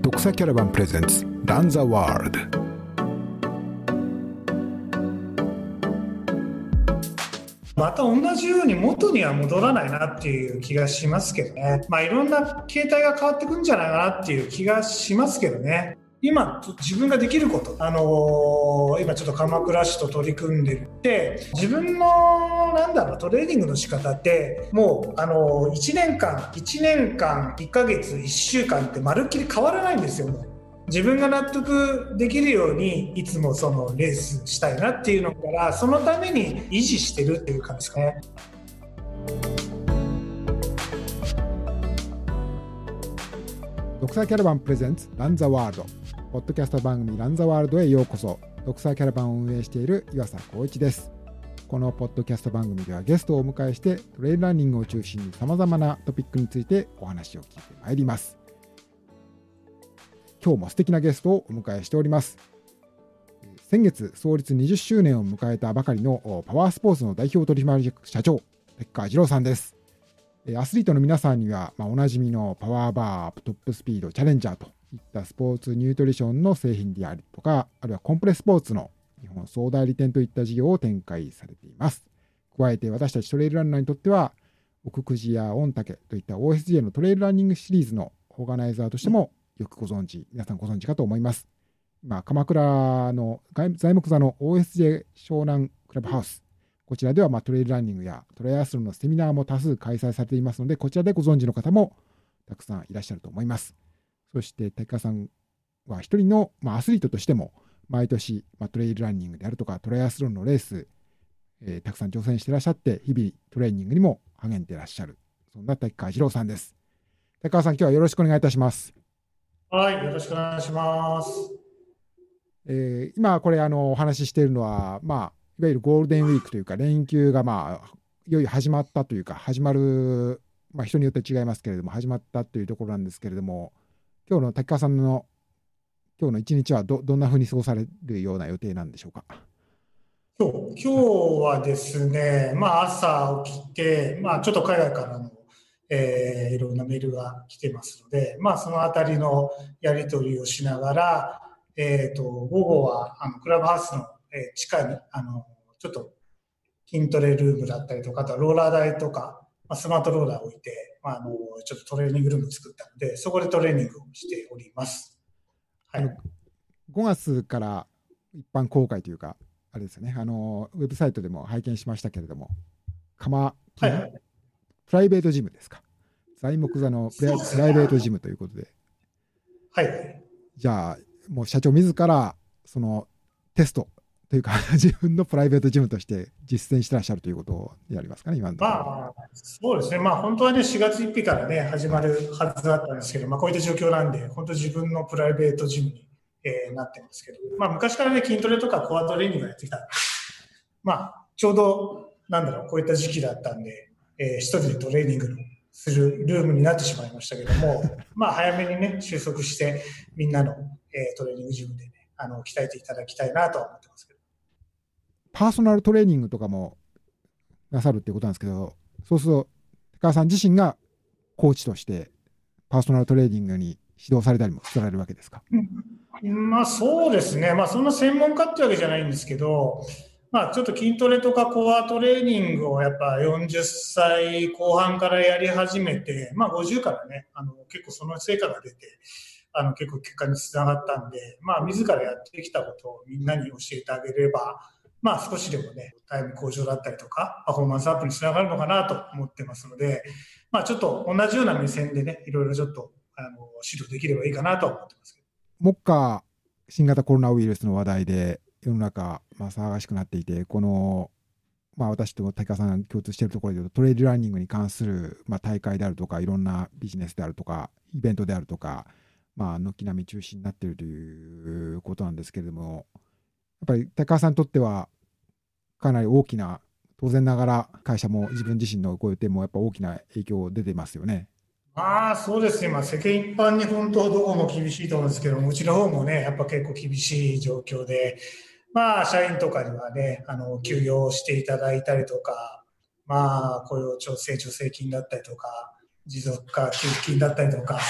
独裁キャラバンプレゼンツランザワールド。 また同じように元には戻らないなっていう気がしますけどね。いろんな形態が変わってくるんじゃないかなっていう気がしますけどね。今自分ができること、今ちょっと鎌倉市と取り組んでるって自分のトレーニングの仕方ってもう1年間1ヶ月1週間ってまるっきり変わらないんですよ。もう自分が納得できるようにいつもそのレースしたいなっていうのからそのために維持してるっていう感じですかね。 独裁キャラバンプレゼンツランザワールド。ポッドキャスト番組ランザワールドへようこそ。独裁キャラバンを運営している岩佐光一です。このポッドキャスト番組ではゲストをお迎えしてトレイルランニングを中心に様々なトピックについてお話を聞いてまいります。今日も素敵なゲストをお迎えしております。先月創立20周年を迎えたばかりのパワースポーツの代表取締役社長鉄川二郎さんです。アスリートの皆さんには、おなじみのパワーバー、トップスピード、チャレンジャーといったスポーツニュートリションの製品であるとか、あるいはコンプレスポーツの日本総代理店といった事業を展開されています。加えて私たちトレイルランナーにとっては、奥久慈や御嶽といった OSJ のトレイルランニングシリーズのオーガナイザーとしてもよく皆さんご存知かと思います。今、鎌倉の材木座の OSJ 湘南クラブハウス、こちらではトレイルランニングやトライアスロンのセミナーも多数開催されていますので、こちらでご存知の方もたくさんいらっしゃると思います。そして鉄川さんは一人のアスリートとしても毎年トレイルランニングであるとかトライアスロンのレース、たくさん挑戦していらっしゃって、日々トレーニングにも励んでいらっしゃる、そんな鉄川二郎さんです。鉄川さん、今日はよろしくお願いいたします。 はい、よろしくお願いします。 今これお話ししているのは、いわゆるゴールデンウィークというか連休がいよいよ始まったというか始まる、人によって違いますけれども始まったというところなんですけれども、今日の鉄川さんの今日の一日はどんなふうに過ごされるような予定なんでしょうか。 今日はですね、朝起きて、ちょっと海外からの、いろんなメールが来てますので、そのあたりのやり取りをしながら、午後はクラブハウスの地下にちょっと筋トレルームだったりとか、あとはローラー台とか、スマートローラーを置いて、ちょっとトレーニングルームを作ったので、そこでトレーニングをしております。はい、 5月から一般公開というか、あれですよね、ウェブサイトでも拝見しましたけれども、プライベートジムですか。材木座のプライベートジムということで。 はい。 じゃあ、もう社長自らそのテストというか自分のプライベートジムとして実践してらっしゃるということをやりますかね、今のところ。 そうですね、本当はね、4月1日からね、始まるはずだったんですけど、こういった状況なんで、本当自分のプライベートジムに、なってますけど、昔からね、筋トレとかコアトレーニングをやってきた。ちょうど、こういった時期だったんで、一人でトレーニングするルームになってしまいましたけども、早めにね、収束して、みんなの、トレーニングジムでね、鍛えていただきたいなと思ってますけど。 パーソナルトレーニングとかもなさるっていうことなんですけど、そうすると鉄川さん自身がコーチとしてパーソナルトレーニングに指導されたりもされるわけですか。 そうですね、そんな専門家ってわけじゃないんですけど、ちょっと筋トレとかコアトレーニングをやっぱ40歳後半からやり始めて、50からね、結構その成果が出て、結構結果につながったんで、自らやってきたことをみんなに教えてあげれば、少しでもね、タイム向上だったりとか、パフォーマンスアップにつながるのかなと思ってますので、ちょっと同じような目線でね、いろいろちょっと指導できればいいかなと思ってますけど。 目下、新型コロナウイルスの話題で世の中、騒がしくなっていて、この、私と鉄川さんが共通しているところでいうと、トレイルランニングに関する、大会であるとか、いろんなビジネスであるとか、イベントであるとか、軒並み中止になっているということなんですけれども、やっぱり鉄川さんにとってはかなり大きな、当然ながら会社も自分自身のご予定もやっぱ大きな影響出てますよね。 そうですね、世間一般に本当どこも厳しいと思うんですけども、うちの方もね、やっぱ結構厳しい状況で、社員とかにはね、休業していただいたりとか、雇用調整助成金だったりとか、持続化給付金だったりとか、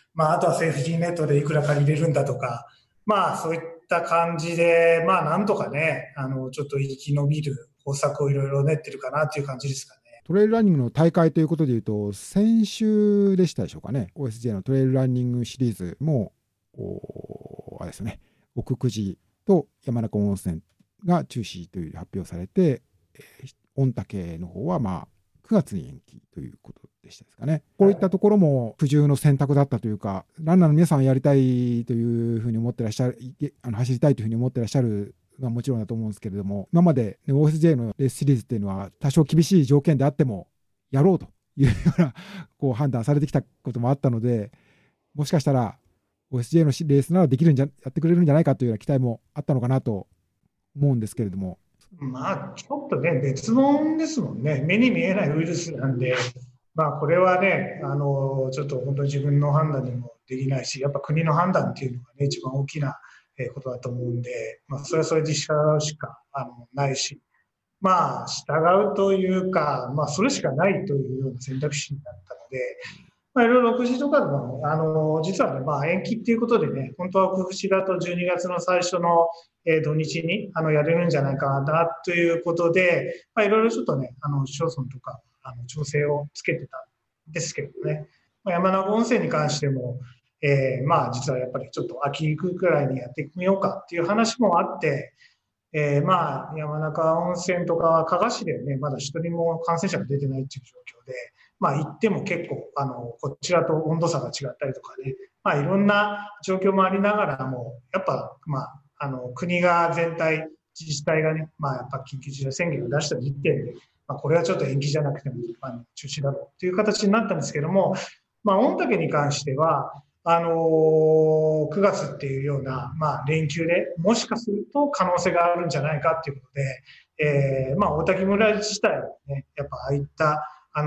あとはセーフティーネットでいくら借りれるんだとか、そういった感じで、なんとかね、ちょっと生き延びる方策をいろいろ練ってるかなっていう感じですかね。 トレイルランニングの大会ということでいうと、先週でしたでしょうかね、OSJ のトレイルランニングシリーズも、あれですよね、奥久慈と山中温泉が中止という発表されて、御嶽の方は9月に延期ということでしたですかね。こういったところも苦渋の選択だったというか、ランナーの皆さんやりたいというふうに思ってらっしゃる、走りたいというふうに思ってらっしゃるのはもちろんだと思うんですけれども、今まで、ね、OSJ のレースシリーズっていうのは多少厳しい条件であってもやろうというような判断されてきたこともあったので、もしかしたら OSJ のレースならできるやってくれるんじゃないかというような期待もあったのかなと思うんですけれども。 ちょっとね、別物ですもんね。目に見えないウイルスなんで、これはね、ちょっと本当に自分の判断にもできないし、やっぱ国の判断っていうのがね、一番大きなことだと思うんで、それはそれで従うしかないし、従うというか、それしかないというような選択肢になったので、いろいろ6時とかでも、実はね、延期っていうことでね、本当は6時だと12月の最初の、土日に、やれるんじゃないかな、ということで、いろいろちょっとね、市町村とか、調整をつけてたんですけどね、山中温泉に関しても、実はやっぱりちょっと秋行くくらいにやってみようかっていう話もあって、山中温泉とかは加賀市でね、まだ一人も感染者が出てないっていう状況で、行っても結構、こちらと温度差が違ったりとかね、いろんな状況もありながらも、やっぱ、国が全体、自治体がね、やっぱ緊急事態宣言を出した時点で、これはちょっと延期じゃなくても、中止だろうという形になったんですけども、御嶽に関しては、9月っていうような、連休でもしかすると可能性があるんじゃないかっていうことで、大滝村自体はね、やっぱああいった、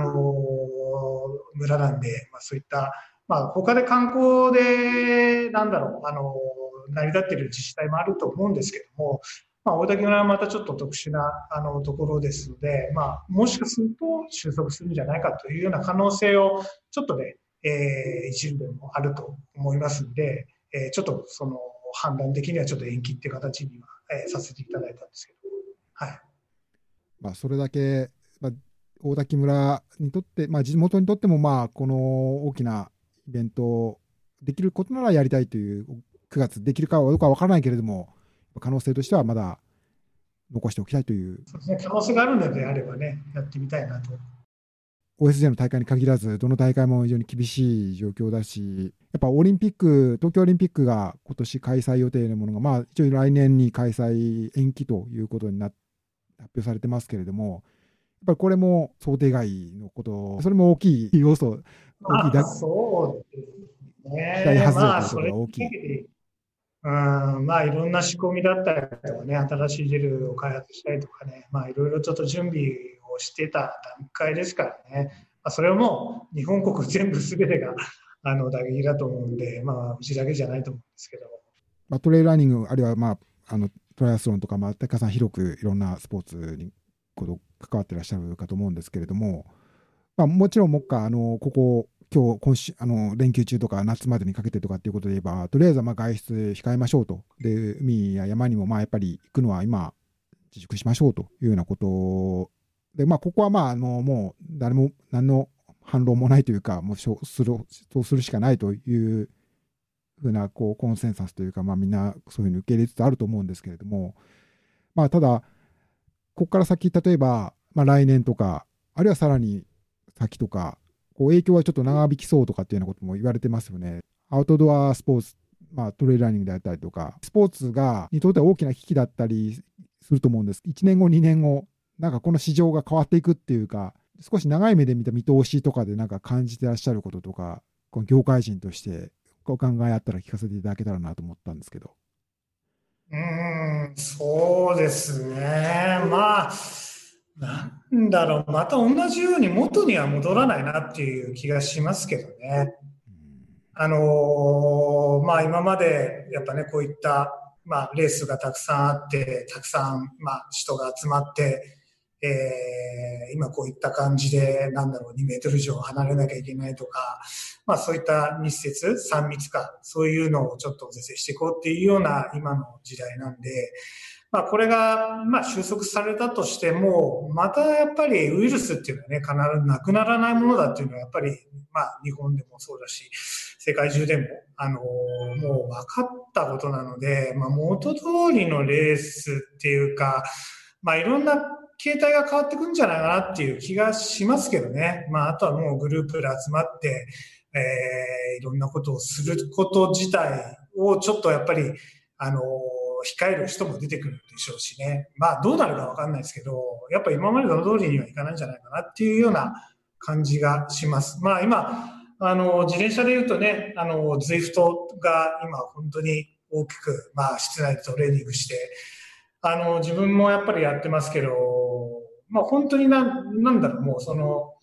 村なんで、そういった、他で観光で、成り立っている自治体もあると思うんですけども、大滝村はまたちょっと特殊なところですので、もしかすると収束するんじゃないかというような可能性をちょっとね、一部でもあると思いますので、ちょっとその判断的にはちょっと延期っていう形には、させていただいたんですけど、はい。 それだけ、大滝村にとって、地元にとっても、この大きなイベントできることならやりたいという、9月できるかどうかは分からないけれども、可能性としてはまだ残しておきたいという。 そうですね、可能性があるのであればね、やってみたいなと。 OSJ の大会に限らず、どの大会も非常に厳しい状況だし、やっぱオリンピック、東京オリンピックが今年開催予定のものが、一応来年に開催延期ということに発表されてますけれども、やっぱりこれも想定外のこと、それも大きい要素、大きいそうですね。 期待外れというところが大きい。 いろんな仕込みだったりとかね、新しいジェルを開発したりとかね、いろいろちょっと準備をしてた段階ですからね、それはもう日本国全部すべてが打撃だと思うんで、うちだけじゃないと思うんですけど。 トレイルランニング、あるいは、トライアスロンとか、高さん広くいろんなスポーツに関わってらっしゃるかと思うんですけれども、もちろん、今週、連休中とか夏までにかけてとかっていうことで言えば、とりあえずは外出控えましょうと。で、海や山にもやっぱり行くのは今、自粛しましょうというようなことで、ここはもう誰も何の反論もないというか、もうそうするしかないというふうなコンセンサスというか、みんなそういうふうに受け入れつつあると思うんですけれども、ただ、ここから先、例えば、来年とか、あるいはさらに先とか、影響はちょっと長引きそうとかっていうようなことも言われてますよね。アウトドアスポーツ、トレイルランニングであったりとか、スポーツにとっては大きな危機だったりすると思うんです。1年後、2年後、この市場が変わっていくっていうか、少し長い目で見た見通しとかで感じてらっしゃることとか、この業界人としてお考えあったら聞かせていただけたらなと思ったんですけど。 そうですね。なんだろう、また同じように元には戻らないなっていう気がしますけどね。今までやっぱね、こういった、レースがたくさんあって、たくさん、人が集まって、 今こういった感じで、2メートル以上離れなきゃいけないとか、そういった密接、3密か、そういうのをちょっと是正していこうっていうような今の時代なんで、これが、収束されたとしても、またやっぱりウイルスっていうのはね、必ずなくならないものだっていうのは、やっぱり、日本でもそうだし、世界中でも、もう分かったことなので、元通りのレースっていうか、いろんな形態が変わってくるんじゃないかなっていう気がしますけどね。あとはもうグループで集まって、いろんなことをすること自体をちょっとやっぱり、控える人も出てくるでしょうしね。どうなるかわかんないですけど、やっぱ今までの通りにはいかないんじゃないかなっていうような感じがします。今、自転車で言うとね、ZWIFT が今本当に大きく、室内でトレーニングして、自分もやっぱりやってますけど、本当になんだろう、もうその、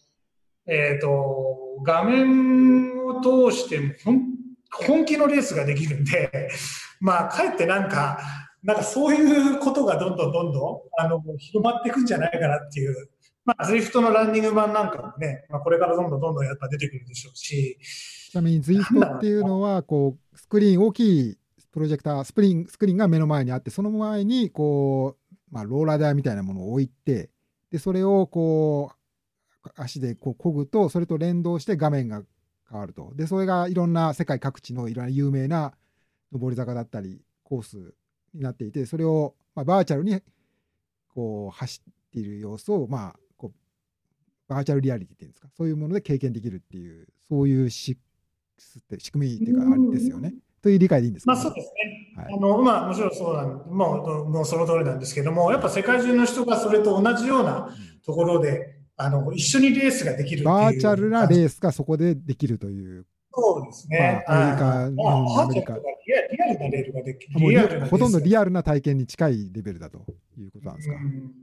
画面を通しても本気のレースができるんで、かえってなんかそういうことがどんどん広まっていくんじゃないかなっていう。ZWIFT のランニング版なんかもね、これからどんどんやっぱ出てくるでしょうし。 ちなみに ZWIFT っていうのは、こう、スクリーン、大きいプロジェクター、スクリーンが目の前にあって、その前に、こう、ローラー台みたいなものを置いて、で、それをこう、足でこう漕ぐと、それと連動して画面が変わると。で、それがいろんな世界各地のいろんな有名な上り坂だったり、コースになっていて、それを、バーチャルにこう走っている様子を、こうバーチャルリアリティっていうんですか、そういうもので経験できるっていう、そういう仕組みっていうか、あれですよね。という理解でいいんですか？ そうですね。はい、もちろんそうもうその通りなんですけども、やっぱ世界中の人がそれと同じようなところで、一緒にレースができるっていう。 バーチャルなレースがそこでできるという。 そうですね。 アメリカ、日本、アメリカ。 リアルなレールができる。 ほとんどリアルな体験に近いレベルだということなんですか。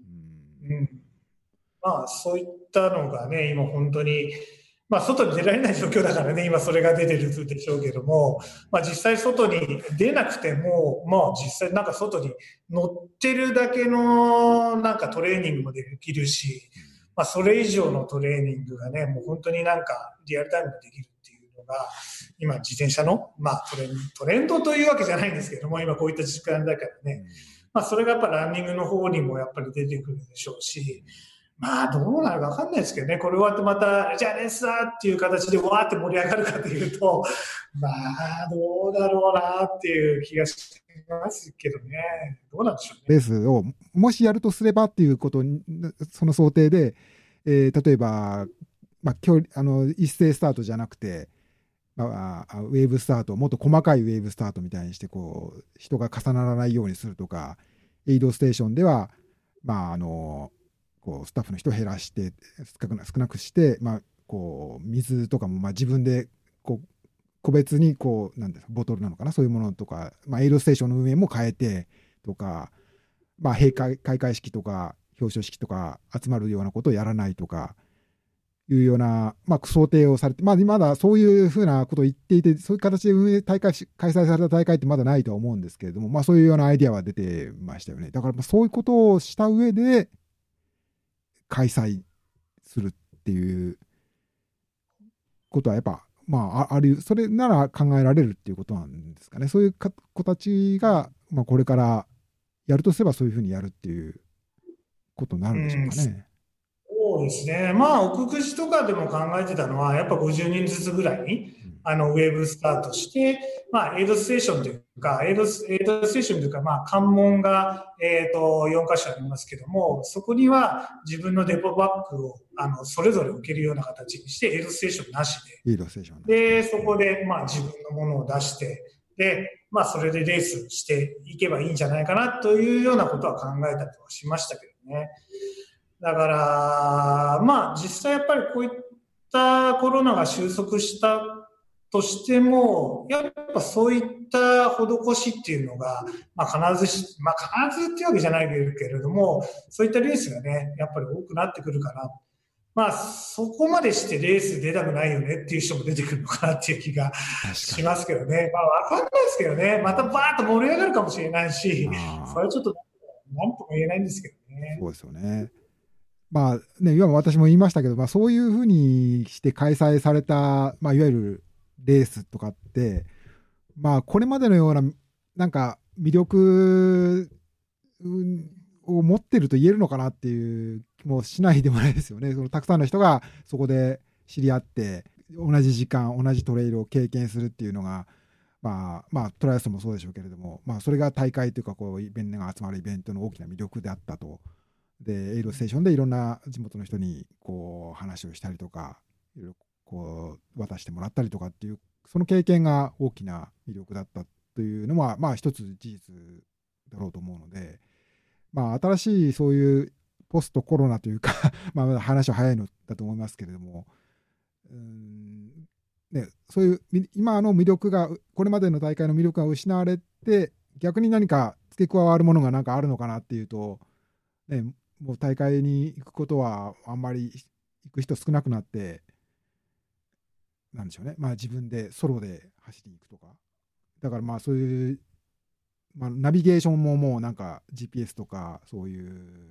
そういったのがね、今本当に、外に出られない状況だからね、今それが出てるでしょうけども、実際外に出なくても、実際外に乗ってるだけのトレーニングもできるし、それ以上のトレーニングがね、もう本当にリアルタイムでできるっていうのが、今自転車の、トレンドというわけじゃないんですけども、今こういった時間だからね、それがやっぱランニングの方にもやっぱり出てくるでしょうし、どうなるか分かんないですけどね、これ終わってまた、じゃあレースだっていう形でわーって盛り上がるかというと、どうだろうなっていう気がしますけどね、どうなんでしょうね。 レースをもしやるとすればっていうことに、その想定で、例えば、一斉スタートじゃなくて、ウェーブスタート、もっと細かいウェーブスタートみたいにして、こう、人が重ならないようにするとか、エイドステーションでは、こうスタッフの人を減らして少なくして、こう水とかも自分でこう個別にこうなんですか、ボトルなのかな、そういうものとか、エイドステーションの運営も変えてとか、開会式とか表彰式とか集まるようなことをやらないとかいうような、想定をされて、まだそういうふうなことを言っていて、そういう形で開催された大会ってまだないとは思うんですけれども、そういうようなアイディアは出てましたよね。だからそういうことをした上で開催するっていうことはやっぱ、ある、それなら考えられるっていうことなんですかね。そういう子たちが、これからやるとすればそういうふうにやるっていうことになるんでしょうかね。 そうですね。奥久慈とかでも考えてたのは、やっぱ50人ずつぐらいに、ウェーブスタートして、エイドステーションというか、エイドステーションというか、関門が、4カ所ありますけども、そこには自分のデポバッグを、それぞれ置けるような形にして、エイドステーションなしで。 エイドステーション。 で、そこで、自分のものを出して、で、それでレースしていけばいいんじゃないかなというようなことは考えたりはしましたけどね。だから、実際やっぱりこういったコロナが収束したとしても、やっぱそういった施しっていうのが、必ずっていうわけじゃないけれども、そういったレースがね、やっぱり多くなってくるかな。そこまでしてレース出たくないよねっていう人も出てくるのかなっていう気がしますけどね。わかんないですけどね。またバーッと盛り上がるかもしれないし、それはちょっと何とも言えないんですけどね。 そうですよね。 まあね、今も私も言いましたけど、まあ、そういうふうにして開催された、まあ、いわゆるレースとかって、まあ、これまでのような、なんか魅力を持ってると言えるのかなっていう気もしないでもないですよね。そのたくさんの人がそこで知り合って、同じ時間、同じトレイルを経験するっていうのが、まあ、トライアスロンもそうでしょうけれども、まあ、それが大会というか、こう、イベントが集まるイベントの大きな魅力であったと。で、エイロステーションでいろんな地元の人に、こう、話をしたりとか、いろいろ、こう、渡してもらったりとかっていう、その経験が大きな魅力だったというのは、まあ、一つ事実だろうと思うので、まあ、新しいそういうポストコロナというかまあ、話は早いのだと思いますけれども、ね、そういう今の魅力が、これまでの大会の魅力が失われて、逆に何か付け加わるものが何かあるのかなっていうと、ね、もう大会に行くことはあんまり行く人少なくなって、なんでしょうね、まあ、自分でソロで走りに行くとか、だからまあそういう、まあ、ナビゲーションももうなんか GPS とか、そういう、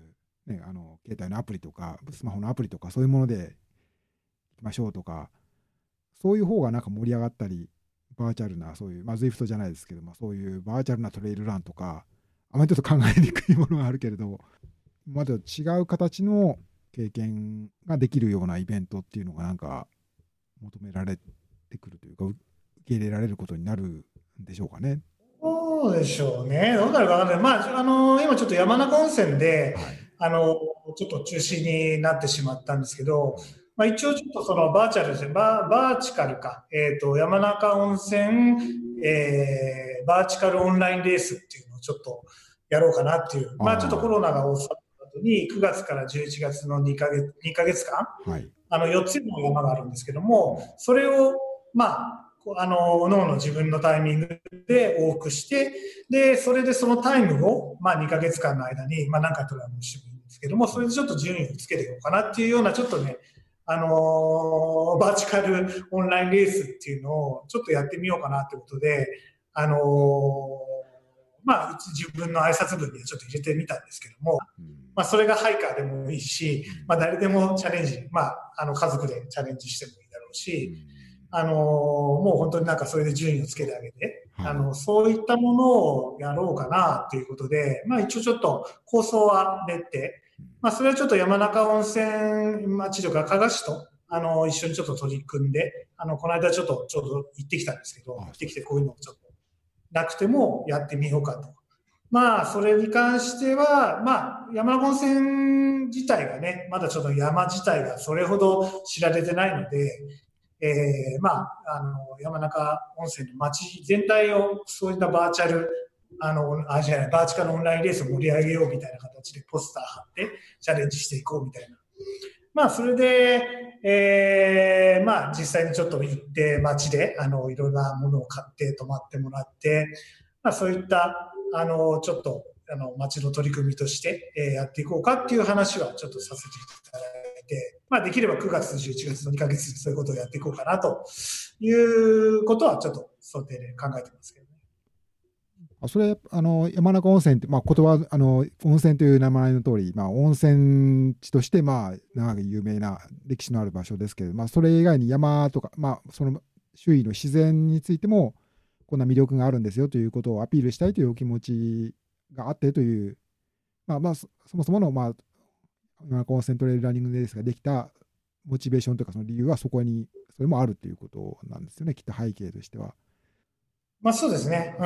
ね、携帯のアプリとか、スマホのアプリとか、そういうもので行きましょうとか、そういう方がなんか盛り上がったり、バーチャルな、そういう、まあ、ZWIFT じゃないですけど、まあ、そういうバーチャルなトレイルランとか、あまりちょっと考えにくいものがあるけれど、まだ違う形の経験ができるようなイベントっていうのがなんか求められてくるというか、受け入れられることになるんでしょうかね。 そうでしょうね。どうなるかわかんない。まあ、今ちょっと山中温泉で、 はい。 ちょっと中止になってしまったんですけど、 はい。 まあ、一応ちょっとそのバーチャルですね、バーチカルか、山中温泉、バーチカルオンラインレースっていうのをちょっとやろうかなっていう。まあ、ちょっとコロナあが収まった後に、9月から11月の2ヶ月間、 あ、はい。 4つの山があるんですけども、 うん。 それを、まあ、各々自分のタイミングで往復して、で、それでそのタイムを、まあ、2ヶ月間の間に、まあ、何回トライもしてもいいんですけども、それでちょっと順位をつけていこうかなっていうような、ちょっとね、バーチカルオンラインレースっていうのをちょっとやってみようかなってことで、あのまあ、自分の挨拶文にちょっと入れてみたんですけども、 うん。 まあ、それがハイカーでもいいし、 うん。 まあ、誰でもチャレンジ、まあ、家族でチャレンジしてもいいだろうし、 うん。 もう本当になんかそれで順位をつけてあげて、 はい。 そういったものをやろうかなということで、まあ一応ちょっと構想は練って、 うん。 まあそれはちょっと山中温泉町とか加賀市と、一緒にちょっと取り組んで、この間ちょっと行ってきたんですけど、行あ、 ってきてそうですか。 こういうのをちょっとなくてもやってみようかと。まあ、それに関しては、まあ、山中温泉自体がね、まだちょっと山自体がそれほど知られてないので、まあ、山中温泉の街全体をそういったバーチャル、じゃない、バーチカルオンラインレースを盛り上げようみたいな形でポスター貼ってチャレンジしていこうみたいな。まあ、それで、まあ、実際にちょっと行って街で、いろんなものを買って泊まってもらって、まあ、そういった、ちょっと、街の取り組みとして、やっていこうかっていう話はちょっとさせていただいて、まあ、できれば9月、11月の2ヶ月でそういうことをやっていこうかなということはちょっと想定で考えてますけどね。 あ、それ、山中温泉って、まあ、言葉、温泉という名前の通り、まあ、温泉地として、まあ、長く有名な歴史のある場所ですけれど、まあ、それ以外に山とか、まあ、その周囲の自然についても、こんな魅力があるんですよということをアピールしたいというお気持ちがあってという、まあ、そもそもの、まあ、山中温泉トレイルランニングレースができたモチベーションというか、その理由はそこに、それもあるということなんですよね、きっと背景としては。 まあそうですね。うん。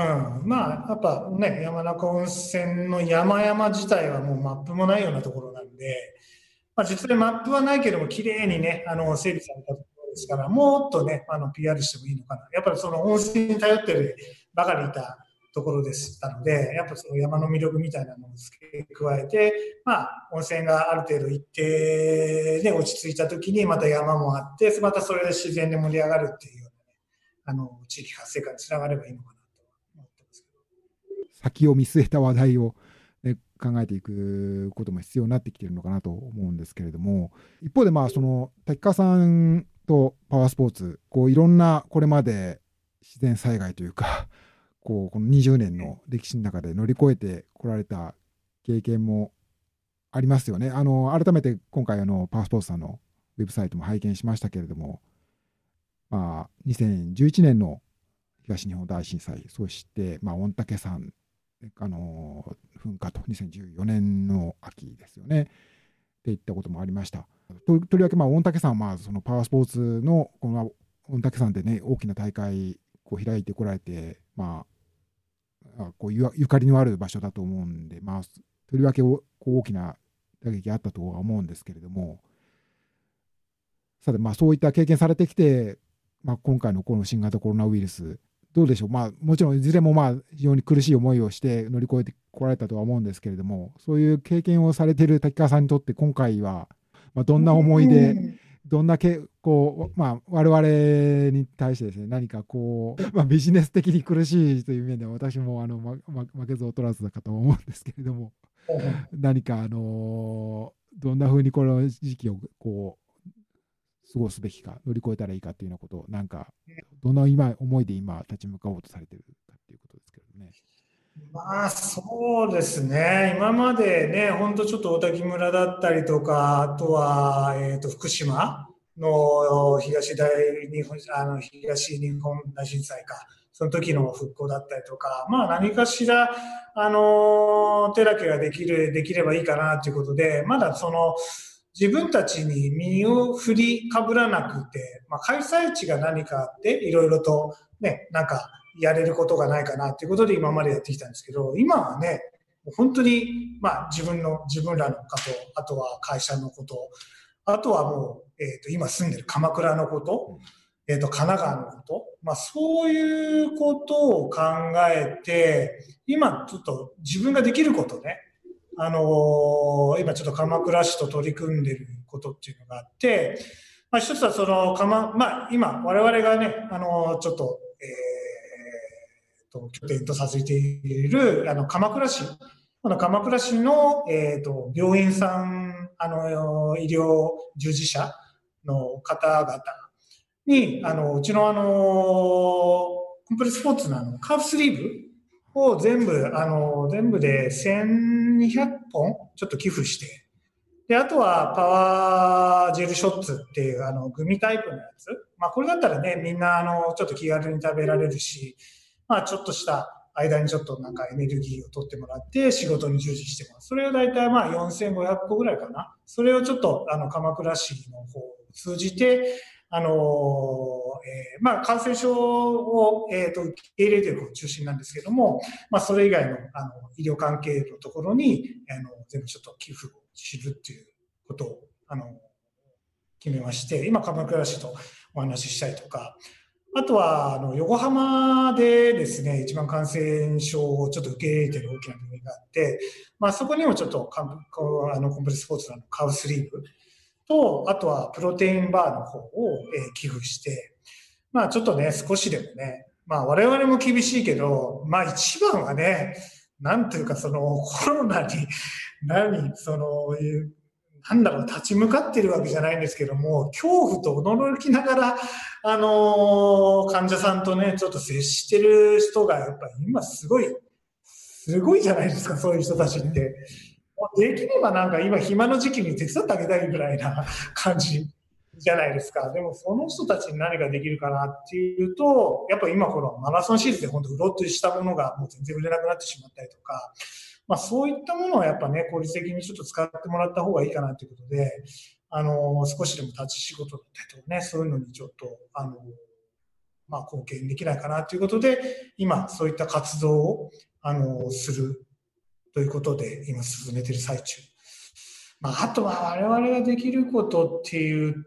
まあ、やっぱね、山中温泉の山々自体はもうマップもないようなところなんで、まあ実際マップはないけども、綺麗にね、整備されたところですから、もっとね、PR してもいいのかな。やっぱりその温泉に頼ってるばかりいたところでしたので、やっぱその山の魅力みたいなのを付け加えて、まあ、温泉がある程度行って、ね、落ち着いた時にまた山もあって、またそれで自然で盛り上がるっていうようなね、地域活性化につながればいいのかなと思ってますけど。 先を見据えた話題を、ね、考えていくことも必要になってきているのかなと思うんですけれども、一方で、まあ、その滝川さんとパワースポーツ、こういろんなこれまで自然災害というか、この20年の歴史の中で乗り越えてこられた経験もありますよね。改めて今回パワースポーツさんのウェブサイトも拝見しましたけれども、まあ、2011年の東日本大震災、そして、まあ、御嶽山、噴火と2014年の秋ですよね。っていったこともありました。とりわけ、まあ、御嶽山は、そのパワースポーツの、この御嶽山でね、大きな大会を開いてこられて、まあ、こうゆかりのある場所だと思うんで、まあ、とりわけこう大きな打撃があったとは思うんですけれども、さて、まあ、そういった経験されてきて、まあ、今回のこの新型コロナウイルス、どうでしょう、まあ、もちろんいずれもまあ非常に苦しい思いをして乗り越えてこられたとは思うんですけれども、そういう経験をされている滝川さんにとって、今回は、まあ、どんな思いで、どんなこう、まあ、我々に対してですね、何かこう、まあ、ビジネス的に苦しいという面では、私も負けず劣らずだかと思うんですけれども、何か、どんなふうにこの時期をこう、過ごすべきか、乗り越えたらいいかっていうようなことを、なんか、どんな思いで今、立ち向かおうとされてるかっていうことですけどね。 まあそうですね、今までね、本当ちょっと小滝村だったりとか、あとは、福島の東日本大震災か、その時の復興だったりとか、まあ何かしら、手だけができればいいかなということで、まだ自分たちに身を振りかぶらなくて、まあ開催地が何かあって、いろいろとね、なんか、やれることがないかなっていうことで今までやってきたんですけど、今はね、本当に、まあ自分らのこと、あとは会社のこと、あとはもう、今住んでる鎌倉のこと、神奈川のこと、まあそういうことを考えて、今ちょっと自分ができることね、今ちょっと鎌倉市と取り組んでることっていうのがあって、まあ一つはまあ今我々がね、ちょっと、拠点とさせている、鎌倉市。鎌倉市の、病院さん、医療従事者の方々に、うちのコンプレスポーツのカーフスリーブを全部で1200本ちょっと寄付して、で、あとはパワージェルショッツっていうグミタイプのやつ。まあこれだったらね、みんなちょっと気軽に食べられるし、まあちょっとした間にちょっとなんかエネルギーを取ってもらって仕事に従事してます。それをだいたいまあ4500個ぐらいかな。それをちょっと鎌倉市の方を通じて、まあ感染症を、受け入れている方が中心なんですけども、まあそれ以外の医療関係のところに全部ちょっと寄付をするっていうことを決めまして、今鎌倉市とお話ししたりとか、あとは横浜でですね、一番感染症をちょっと受け入れている大きな病院があって、まあそこにもちょっとコンプレスポーツのカウスリーブと、あとはプロテインバーの方を寄付して、まあちょっとね、少しでもね、まあ我々も厳しいけど、まあ一番はね、なんというかコロナに、なんだろう、立ち向かってるわけじゃないんですけども、恐怖と驚きながら、患者さんとね、ちょっと接してる人が、やっぱり今すごいじゃないですか、そういう人たちって。できればなんか今暇の時期に手伝ってあげたいぐらいな感じじゃないですか。でもその人たちに何ができるかなっていうと、やっぱ今このマラソンシーズンで本当売ろうとしたものがもう全然売れなくなってしまったりとか、まあそういったものはやっぱね、効率的にちょっと使ってもらった方がいいかなということで、少しでも立ち仕事だったりとかね、そういうのにちょっと、まあ貢献できないかなということで、今そういった活動を、するということで今進めている最中。まあ、あとは我々ができることっていう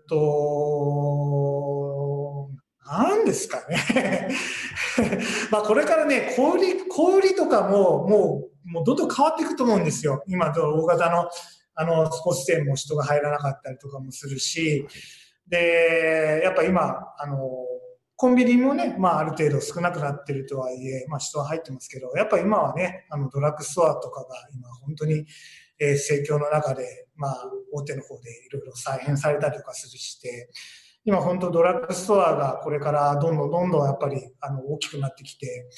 と、何ですかね。まあこれからね、小売りとかもうどんどん変わっていくと思うんですよ。今、大型のスポーツ店も人が入らなかったりとかもするし、で、やっぱ今、コンビニもね、まあある程度少なくなってるとはいえ、まあ人は入ってますけど、やっぱ今はね、ドラッグストアとかが今本当に、盛況の中で、まあ大手の方でいろいろ再編されたりとかするして、今本当ドラッグストアがこれからどんどんやっぱり大きくなってきて、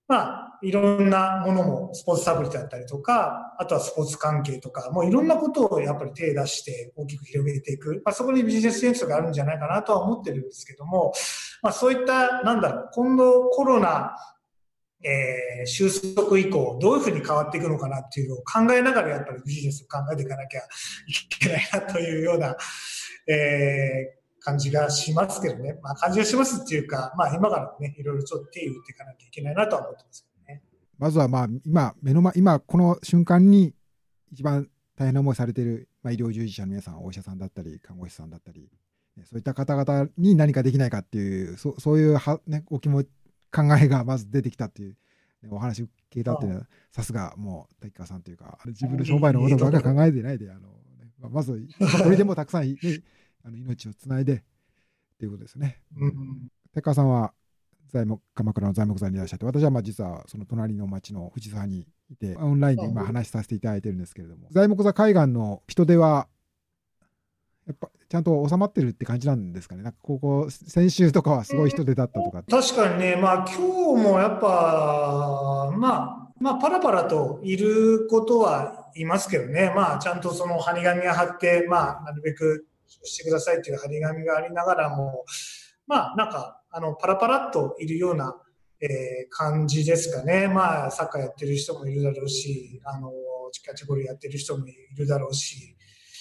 いろんなものも、スポーツサプリだったりとか、あとはスポーツ関係とか、もういろんなことをやっぱり手出して大きく広げていく。そこにビジネスセンスがあるんじゃないかなとは思ってるんですけども、そういった、今度コロナ、収束以降、どういうふうに変わっていくのかなっていうのを考えながらやっぱりビジネスを考えていかなきゃいけないなというような、感じがしますけどね。感じがしますっていうか、今からね、いろいろちょっと手を打っていかなきゃいけないなとは思ってますけどね。 まずは今この瞬間に一番大変な思いされている、医療従事者の皆さん、お医者さんだったり、看護師さんだったり、そういった方々に何かできないかっていう、そういうお気持ち、考えがまず出てきたっていう、お話を聞いたっていうのは、さすがもう、滝川さんというか、自分の商売のことばっかり考えてないで、まず、一人でもたくさん、命をつないでということですね。滝川さんは鎌倉の材木座にいらっしゃって、私は実はその隣の町の藤沢にいて、オンラインで今話させていただいてるんですけれども、材木座海岸の人手は、やっぱちゃんと収まってるって感じなんですかね。先週とかはすごい人手だったとか。 確かにね、今日もやっぱ、パラパラといることはいますけどね、ちゃんとその張り紙が貼って、なるべくしてくださいという張り紙がありながらも、パラパラっといるような、感じですかね。サッカーやってる人もいるだろうし、キャッチボールやってる人もいるだろうし、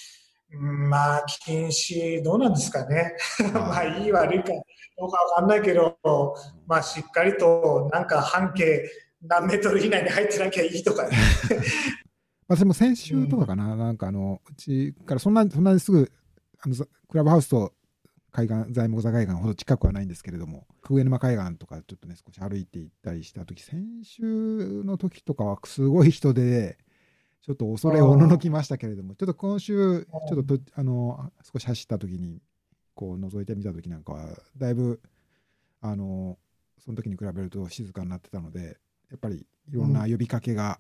禁止、どうなんですかね。いい悪いかどうかわかんないけど、しっかりと半径何メートル以内に入ってなきゃいいとかね。 でも先週とかかな、うちからそんなにすぐ、クラブハウスと材木座海岸ほど近くはないんですけれども、上沼海岸とかちょっとね、少し歩いて行ったりしたとき、先週の時とかはすごい人で、ちょっと恐れおののきましたけれども、ちょっと今週、少し走った時に、覗いてみた時なんかは、だいぶ、その時に比べると静かになってたので、やっぱりいろんな呼びかけが、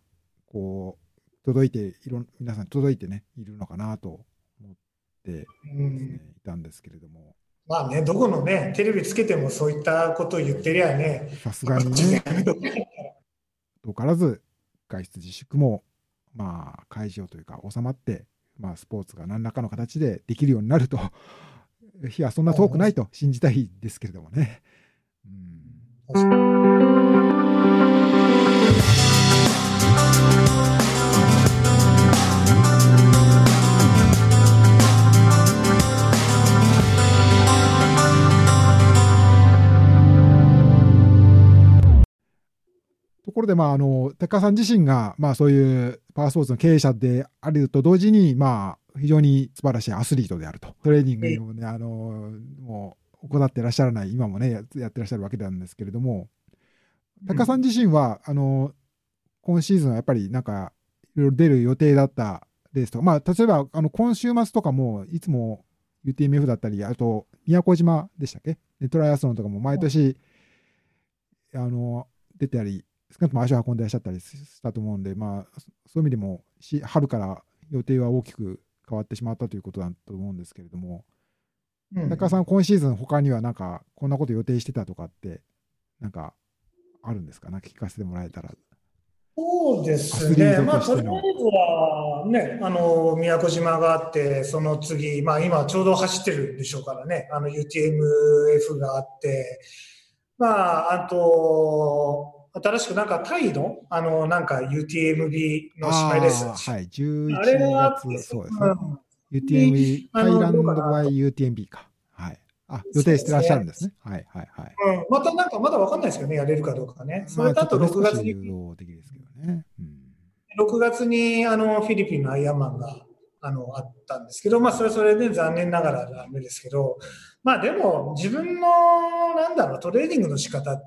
皆さん届いてね、いるのかなと思ってですね、いたんですけれども。 どこのね、テレビつけてもそういったことを言ってりゃね、 さすがにね、遠からず外出自粛も、解除というか収まって、スポーツが何らかの形でできるようになると、日はそんな遠くないと信じたいですけれどもね。ところで、高川さん自身が、そういうパワースポーツの経営者であると同時に、非常に素晴らしいアスリートであると。トレーニングをね、もう行ってらっしゃらない、今もね、やってらっしゃるわけなんですけれども、高川さん自身は、今シーズンはやっぱりいろいろ出る予定だったレースとか、例えば、今週末とかも、いつも UTMF だったり、あと、宮古島でしたっけ、トライアスロンとかも毎年、出たり、少なくとも足を運んでいらっしゃったりしたと思うんで、そういう意味でも春から予定は大きく変わってしまったということだと思うんですけれども、高川さん、今シーズン、他にはこんなこと予定してたとかって、あるんですか？聞かせてもらえたら。 そうですね、とりあえずはね、宮古島があって、その次、今ちょうど走ってるでしょうからね、UTMF があって、あと、新しくタイの、UTMB の姉妹レース。 はい、11月、そうですね。UTMB、タイランドバイ UTMB か。はい。予定してらっしゃるんですね。はい、はい、はい。 またまだわかんないですけどね、やれるかどうかね。それだと6月に。6月に、フィリピンのアイアンマンが、あったんですけど、それで残念ながらダメですけど、でも、自分の、トレーニングの仕方って、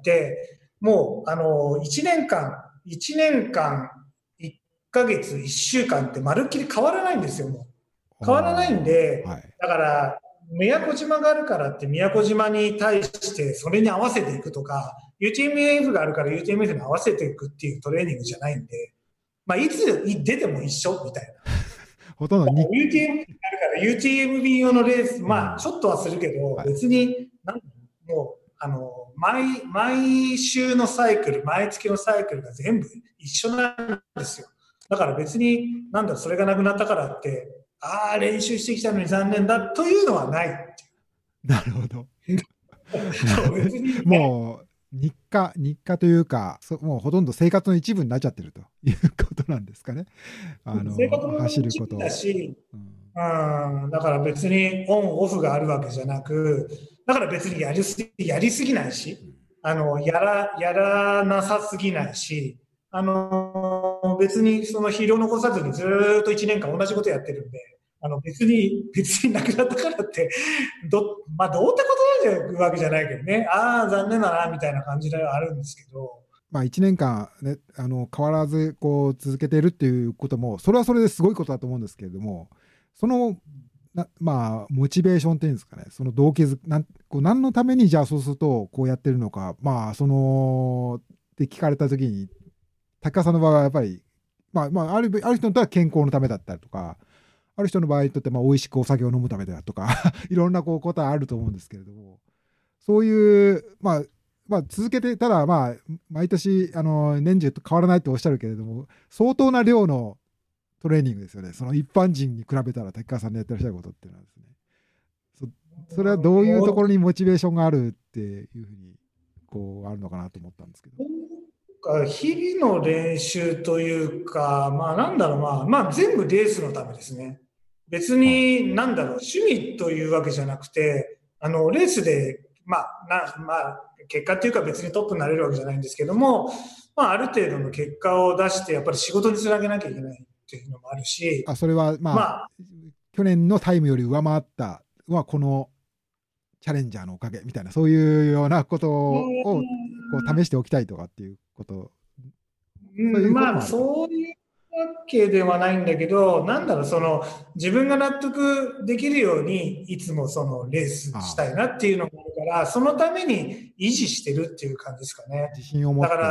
もう、1年間、1ヶ月、1週間ってまるっきり変わらないんですよ、もう。変わらないんで、だから、宮古島があるからって宮古島に対してそれに合わせていくとか、UTMF があるから UTMF に合わせていくっていうトレーニングじゃないんで、いつ出ても一緒みたいな。 ほとんど UTMF があるから UTMB 用のレース、ちょっとはするけど、別に、 毎週のサイクル、毎月のサイクルが全部一緒なんですよ。だから別に、それがなくなったからって、練習してきたのに残念だというのはないってい。なるほど。 別に、 もう日課というか、もうほとんど生活の一部になっちゃってるということなんですかね。 生活の走る一部こと。 だし、だから別にオンオフがあるわけじゃなく、だから別にやりすぎないし、やらなさすぎないし、別にその疲労残さずにずっと1年間同じことやってるんで、別になくなったからって、どうってことなんじゃわけじゃないけどね、残念だな、みたいな感じではあるんですけど。 1年間、ね、変わらずこう続けているっていうことも、それはそれですごいことだと思うんですけれども、そのモチベーションっていうんですかね、その動機何のためにじゃあそうするとこうやってるのか、って聞かれたときに、高川さんの場合はやっぱり、ある人にとっては健康のためだったりとか、ある人の場合にとって美味しくお酒を飲むためだとかいろんなことはあると思うんですけれども、そういう続けてただ毎年年中変わらないとおっしゃるけれども、相当な量のトレーニングですよね。その一般人に比べたら滝川さんのやってらっしゃることっていうのはですね、それはどういうところにモチベーションがあるっていうふうにあるのかなと思ったんですけど。 日々の練習というか、全部レースのためですね。別に、趣味というわけじゃなくて、レースで、結果っていうか別にトップになれるわけじゃないんですけども、ある程度の結果を出して、やっぱり仕事につなげなきゃいけないっていうのもあるし。 それは去年のタイムより上回ったは、このチャレンジャーのおかげみたいな、そういうようなことを試しておきたいとかっていうこと。 そういうわけではないんだけど、自分が納得できるように、いつもそのレースしたいなっていうのがあるから、そのために維持してるっていう感じですかね。 自信を持って。 だから、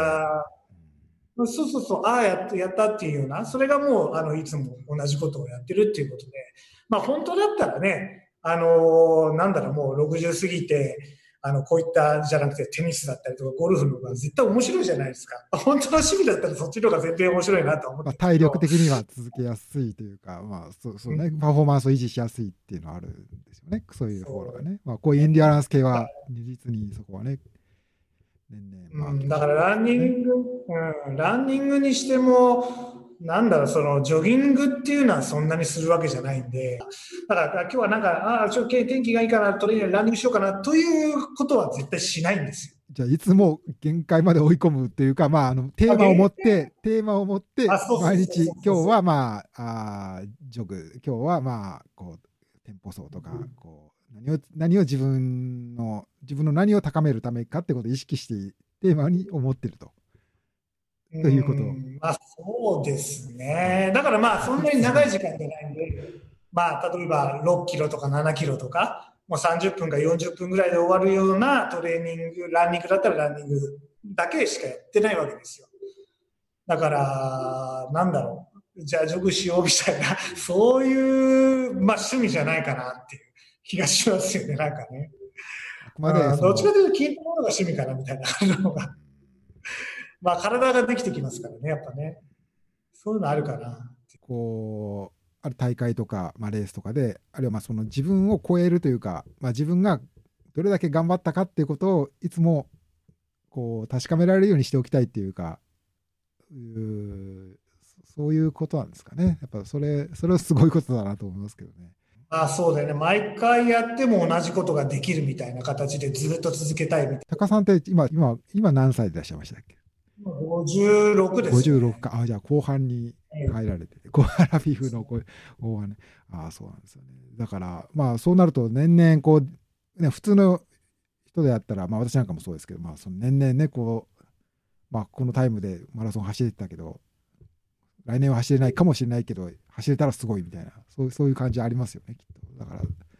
そう、やったっていうような、それがもう、いつも同じことをやってるっていうことで、本当だったらね、もう60過ぎて、こういったじゃなくてテニスだったりとかゴルフの方が絶対面白いじゃないですか。本当の趣味だったらそっちの方が全然面白いなと思って。 体力的には続けやすいというか、そうね、パフォーマンスを維持しやすいっていうのはあるんですよね。そういうところがね。こういうエンデュアランス系は実にそこはね。 だからランニングにしても、そのジョギングっていうのはそんなにするわけじゃないんで、だから今日はちょっと天気がいいからトレーニングランニングしようかなということは絶対しないんですよ。 じゃあいつも限界まで追い込むっていうか、テーマを持って毎日今日はジョグ、今日はテンポ走とか何を自分の何を高めるためかってことを意識してテーマに思ってるということ。 そうですね。だからそんなに長い時間じゃないんで、例えば6キロとか7キロとか、もう30分か40分ぐらいで終わるようなトレーニング、ランニングだったらランニングだけしかやってないわけですよ。だから、じゃあジョグしようみたいな、そういう、趣味じゃないかなっていう気がしますよね、なんかね。どっちかというと聞いたものが趣味かなみたいなのが。体ができてきますからね、やっぱね。そういうのあるかな。 ある大会とか、レースとかで、あるいはその自分を超えるというか、自分がどれだけ頑張ったかっていうことをいつも確かめられるようにしておきたいっていうか、そういうことなんですかね。やっぱそれはすごいことだなと思いますけどね。 そうだよね。毎回やっても同じことができるみたいな形でずっと続けたいみたいな。 高さんって今何歳でいらっしゃいましたっけ ？56です、ね。 56か。じゃあ後半に入られて、アラフィフの後半ね。そうなんですよね。だから、そうなると年々普通の人であったら、私なんかもそうですけど、その年々ね、このタイムでマラソン走れてたけど、来年は走れないかもしれないけど、走れたらすごいみたいな、そういう感じありますよね、きっと。だから。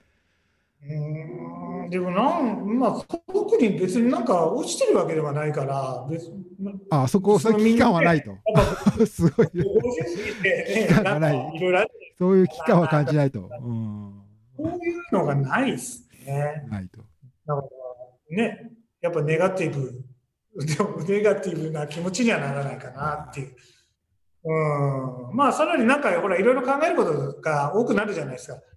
でも特に別に落ちてるわけではないから、 そういう危機感はないと。すごい。危機感がない。 そういう危機感は感じないと。 そういうのがないですね。 ないと。 だからね、 やっぱネガティブ、でもネガティブな気持ちにはならないかなっていう。まあ、さらになんか、ほら、いろいろ考えることが多くなるじゃないですか。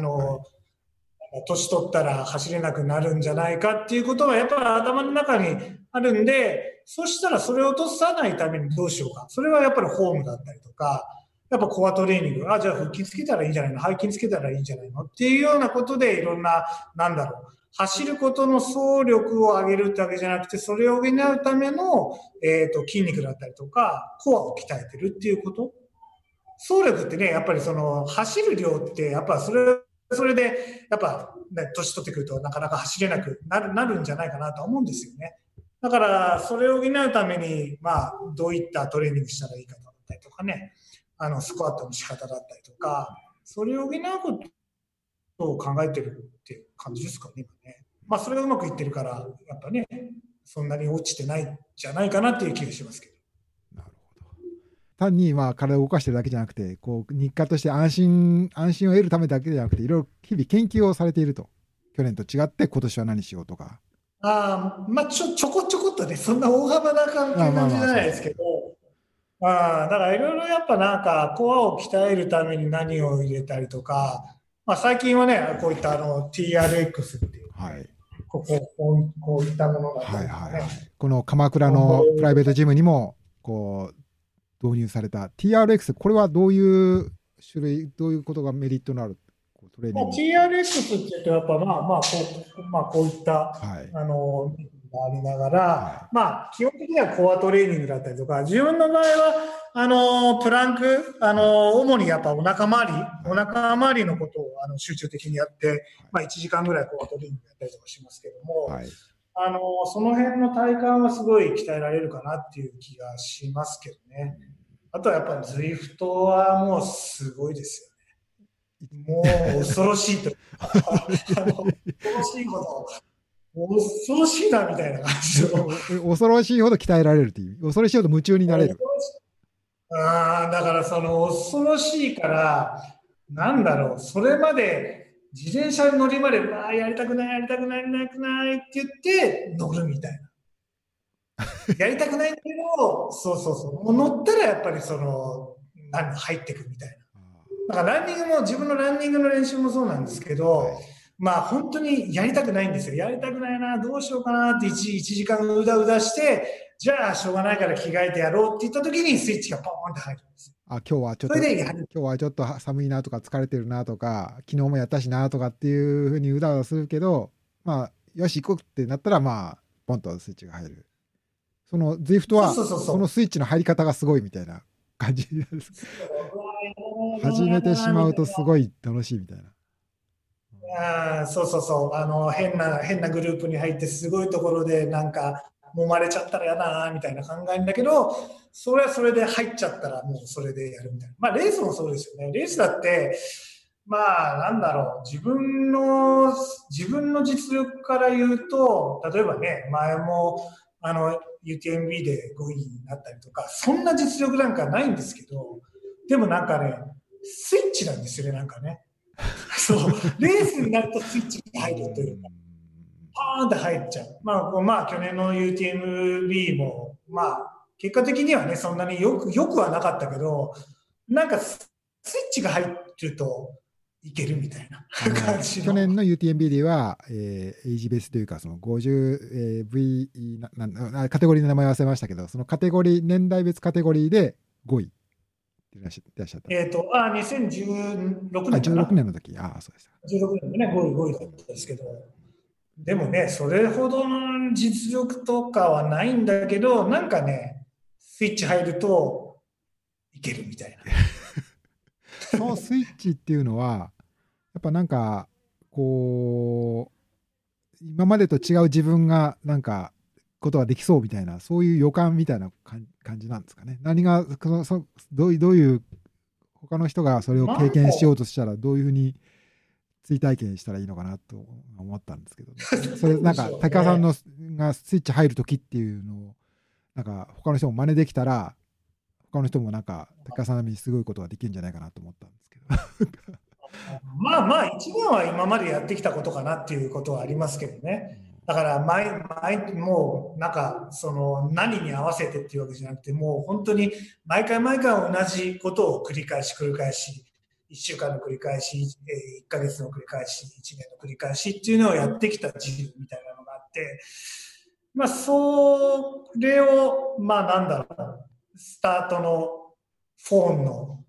年取ったら走れなくなるんじゃないかっていうことがやっぱり頭の中にあるんで、そしたらそれを落とさないためにどうしようか。それはやっぱりフォームだったりとか、やっぱコアトレーニング、じゃあ腹筋つけたらいいんじゃないの、背筋つけたらいいんじゃないのっていうようなことでいろんな、走ることの走力を上げるってわけじゃなくて、それを補うための、筋肉だったりとか、コアを鍛えてるっていうこと。走力ってね、やっぱりその、走る量って、やっぱそれで、やっぱ、ね、年取ってくるとなかなか走れなくなるんじゃないかなと思うんですよね。だから、それを補うために、どういったトレーニングしたらいいかだったりとかね、スクワットの仕方だったりとか、それを補うことを考えてるっていう感じですかね、今ね。それがうまくいってるから、やっぱね、そんなに落ちてないんじゃないかなっていう気がしますけど。 なるほど。単に体を動かしてるだけじゃなくて、日課として安心を得るためだけじゃなくて、いろいろ日々研究をされていると。去年と違って今年は何しようとか。 ちょこちょこっとね、そんな大幅な感じじゃないですけど、だからいろいろやっぱコアを鍛えるために何を入れたりとか、最近はね、こういったTRX っていう、 はい、 こういったものが、ね、 この鎌倉のプライベートジムにも導入された TRX、これはどういう種類、どういうことがメリットのあるトレーニング？ TRX って言うと、やっぱこういった、がありながら、基本的にはコアトレーニングだったりとか、自分の場合は、プランク、主にやっぱお腹周りのことを集中的にやって、1時間ぐらいコアトレーニングやったりとかしますけども、その辺の体幹はすごい鍛えられるかなっていう気がしますけどね。あとはやっぱりズイフトはもうすごいですよ。もう恐ろしいと恐ろしいこと恐ろしいなみたいな感じの恐ろしいほど鍛えられるっていう、恐ろしいほど夢中になれる。 だからその恐ろしいからそれまで自転車に乗りまでやりたくないって言って乗るみたいなやりたくないんだけどもう乗ったらやっぱり入ってくみたいな。だからランニングも自分のランニングの練習もそうなんですけど、本当にやりたくないんですよ。やりたくないな、どうしようかなって1時間うだうだして、じゃあしょうがないから着替えてやろうって言った時にスイッチがポーンって入るんです。 今日はちょっと寒いなとか疲れてるなとか、昨日もやったしなとかっていうふうにうだうだするけど、よし行こうってなったらポンとスイッチが入る。その ZWIFT はそのスイッチの入り方がすごいみたいな感じです。始めてしまうとすごい楽しいみたいな。 変なグループに入ってすごいところで揉まれちゃったら嫌だなみたいな考えるんだけど、それはそれで入っちゃったらもうそれでやるみたいな。レースもそうですよね。レースだって自分の実力から言うと、例えばね、前もUTMB で5位になったりとか、そんな実力なんかないんですけど、でもスイッチなんですよね、そう、レースになるとスイッチが入るというか、パーンって入っちゃう。去年の UTMB も、結果的にはね、そんなによくはなかったけど、スイッチが入るといけるみたいな感じの。 去年の UTMB では、エイジベースというか、その50V、カテゴリーの名前忘れましたけど、そのカテゴリー、年代別カテゴリーで5位。いらっしゃった。 2016年 16年の時、そうです。 16年でね、5位だったんですけど、でもね、それほどの実力とかはないんだけど、スイッチ入るといけるみたいな。 そのスイッチっていうのは、やっぱ今までと違う自分がことができそうみたいな、そういう予感みたいな感じなんですかね。何がどういう他の人がそれを経験しようとしたらどういうふうに追体験したらいいのかなと思ったんですけど、ね、それ竹川さんのがスイッチ入る時っていうのを他の人も真似できたら、他の人も竹川さん並みにすごいことができるんじゃないかなと思ったんですけど一番は今までやってきたことかなっていうことはありますけどね。 だからもうなんかその何に合わせてっていうわけじゃなくて、もう本当に毎回毎回同じことを繰り返し、1週間の繰り返し、1ヶ月の繰り返し、1年の繰り返しっていうのをやってきた自由みたいなのがあって、まあそれを、まあなんだろう、スタートのフォーンの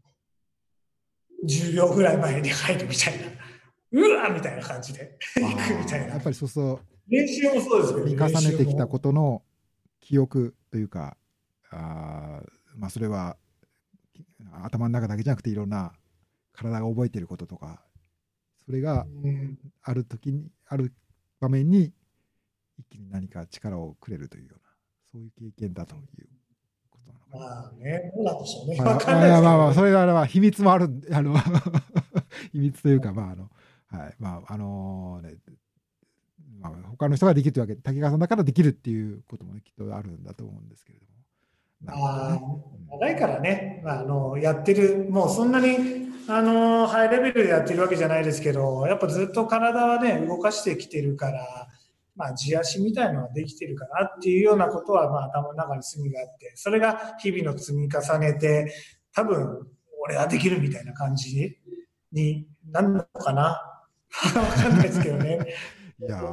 10秒ぐらい前に入るみたいな、うわみたいな感じで行くみたいな。 やっぱりそうそう、 練習もそうですけど、 積み重ねてきたことの記憶というか、まあ、それは頭の中だけじゃなくていろんな体が覚えていることとか、それがある時にある場面に一気に何か力をくれるというような、そういう経験だということなのかな。 まあね、どうなんでしょうね。 まあ、 わかんないですけど、 まあそれは秘密もある、秘密というか、まあはい、まあね、まあ、他の人ができるというわけで、竹川さんだからできるっていうことも、ね、きっとあるんだと思うんですけれども。 長いからね、やってる、もうそんなにハイレベルでやってるわけじゃないですけど、やっぱずっと体はね、動かしてきてるから、まあ、地足みたいなのができてるかなっていうようなことは、まあ、頭の中に隅があって、それが日々の積み重ねて、多分、俺はできるみたいな感じになるのかな。わかんないですけどね。 いや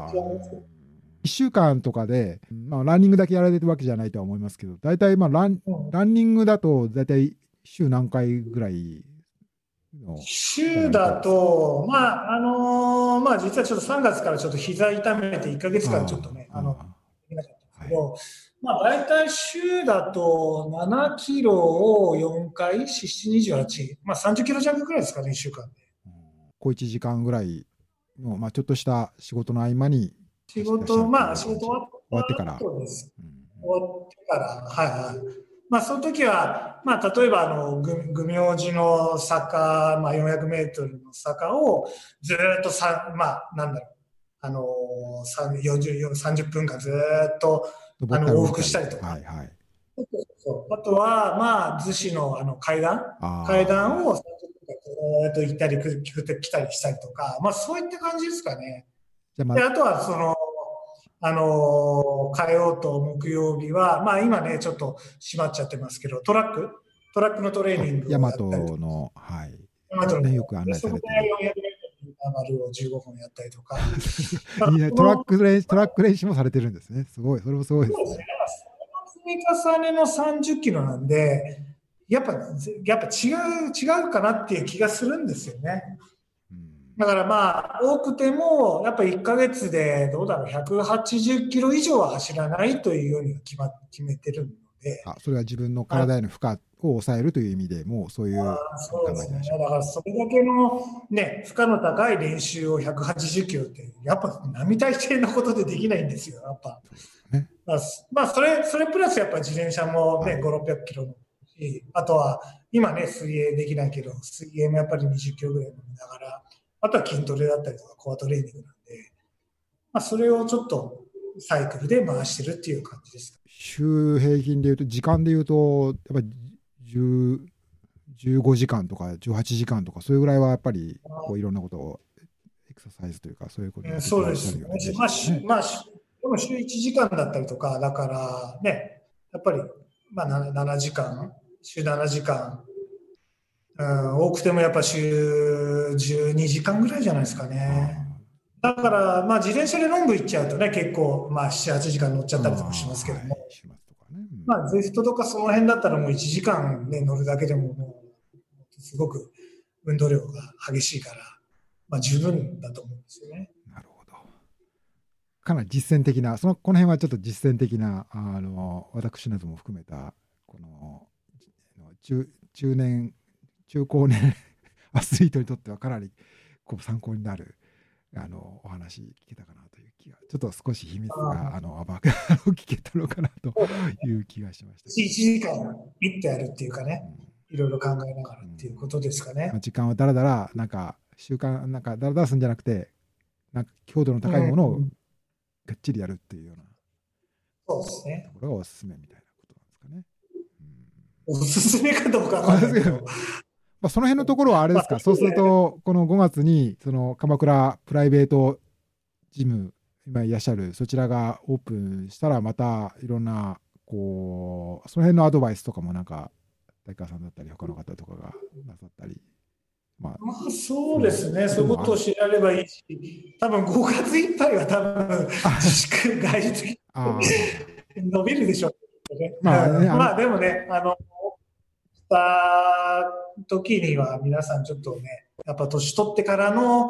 1週間とかで、まあ、ランニングだけやられてるわけじゃないとは思いますけど、大体まあランニングだと、大体週何回ぐらいの週だと、まあ、まあ、実はちょっと3月からちょっと膝痛めて1ヶ月間ちょっとね、できなかったんですけど、まあ、大体週だと7キロを4回、7、28、まあ30キロ弱ぐらいですかね、1週間で。 小1時間ぐらいの、まあ、ちょっとした仕事の合間に、 仕事終わってから。 終わってから、はいはい。まあ、その時は、まあ、例えば、愚明寺の坂、まあ、400メートルの坂を、ずっとまあ、なんだろう、30分間ずっと、往復したりとか。 はいはい。 あとは、まあ、逗子の階段を30分間ずっと行ったり来たりしたりとか、まあ、そういった感じですかね。で、あとは、火曜と木曜日は、まあ今ね、ちょっと閉まっちゃってますけど、トラックのトレーニングをやったりとか。 大和の、はい。 大和のよく案内されてる。 そこで400メートルの丸を15分やったりとか。 いいね、トラック練習もされてるんですね。すごい、それもすごいですね。 そうですね。積み重ねの30キロなんで、やっぱ違うかなっていう気がするんですよね。だからまあ、多くても、やっぱり1ヶ月で、どうだろう、180キロ以上は走らないというように決めてるので。 それは自分の体への負荷を抑えるという意味でも、そういう。 そうですね。だからそれだけのね、負荷の高い練習を180キロって、やっぱ並大抵のことでできないんですよ、やっぱ。ね、まあ、それプラスやっぱ自転車もね、5、600キロのし、あとは、今ね、水泳できないけど、水泳もやっぱり20キロぐらい飲みながら、あとは筋トレだったりとか、コアトレーニングなんで、まあ、それをちょっとサイクルで回してるっていう感じです。 週平均でいうと、時間でいうと、やっぱり15時間とか18時間とか、それぐらいはやっぱりこういろんなことを、エクササイズというか、そういうことをやってそうですね。まあ、でも週1時間だったりとか、だからね、やっぱり、まあ7時間、週7時間、多くてもやっぱ週12時間ぐらいじゃないですかね。だから、まあ自転車でロング行っちゃうとね、結構、まあ7、8時間乗っちゃったりとかしますけども。まあ、ゼフトとかその辺だったらもう1時間ね、乗るだけでももう、すごく運動量が激しいから、まあ十分だと思うんですよね。 なるほど。かなり実践的な、この辺はちょっと実践的な、私なども含めた、この、中高年アスリートにとってはかなりこう参考になるお話聞けたかなという気が、ちょっと少し秘密が聞けたのかなという気がしました。 1時間ピッとやるっていうかね、いろいろ考えながらっていうことですかね。 時間をだらだら、なんか習慣、なんかだらだらするんじゃなくて、なんか強度の高いものをがっちりやるっていうような、 そうですね。 ところがおすすめみたいなことなんですかね。 おすすめかどうかわかんないけど。 まあその辺のところはあれですか、そうすると、この5月に、鎌倉プライベートジム、 今いらっしゃるそちらがオープンしたら、またいろんなこうその辺のアドバイスとかもなんか大川さんだったり他の方とかがなさったり、 まあそうですね、そういうことを知らればいいし、多分5月いっぱいは多分自粛外出伸びるでしょうね。まあでもね、した時には皆さんちょっとね、やっぱ年取ってからの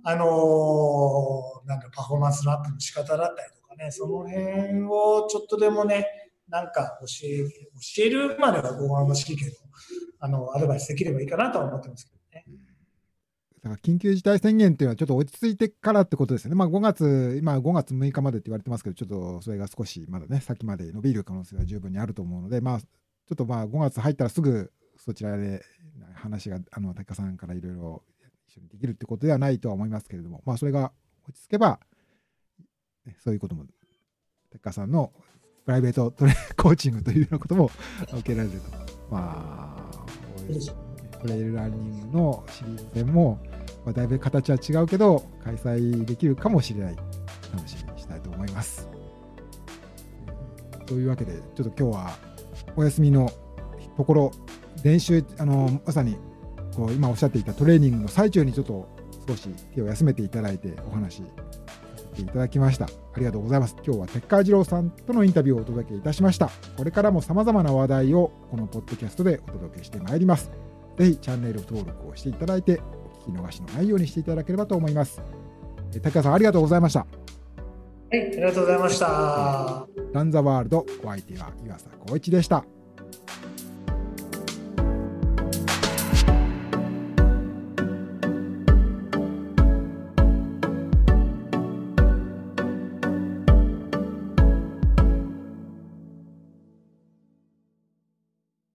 なんかパフォーマンスのアップの仕方だったりとかね、その辺をちょっとでもね、なんか教えるまではごまましいけど、アドバイスできればいいかなとは思ってますけどね。 だから緊急事態宣言っていうのはちょっと落ち着いてからってことですよね。まあ今5月6日までって言われてますけど、ちょっとそれが少しまだね、先まで伸びる可能性は十分にあると思うので、まあちょっとまあ5月入ったらすぐそちらで話が、武田さんからいろいろ一緒にできるってことではないとは思いますけれども、まあそれが落ち着けば、ね、そういうことも、武田さんのプライベートコーチングというようなことも受けられると。まあ、トレイルランニングのシリーズ戦も、まあ、だいぶ形は違うけど、開催できるかもしれない。楽しみにしたいと思います。というわけで、ちょっと今日はお休みのところ、練習、まさにこう今おっしゃっていたトレーニングの最中にちょっと少し手を休めていただいてお話しさせていただきました。ありがとうございます。今日は鉄川次郎さんとのインタビューをお届けいたしました。これからも様々な話題をこのポッドキャストでお届けしてまいります。ぜひチャンネル登録をしていただいて、お聞き逃しのないようにしていただければと思います。武田さん、ありがとうございました。 はい、ありがとうございました。 ランザワールド、お相手は岩佐光一でした。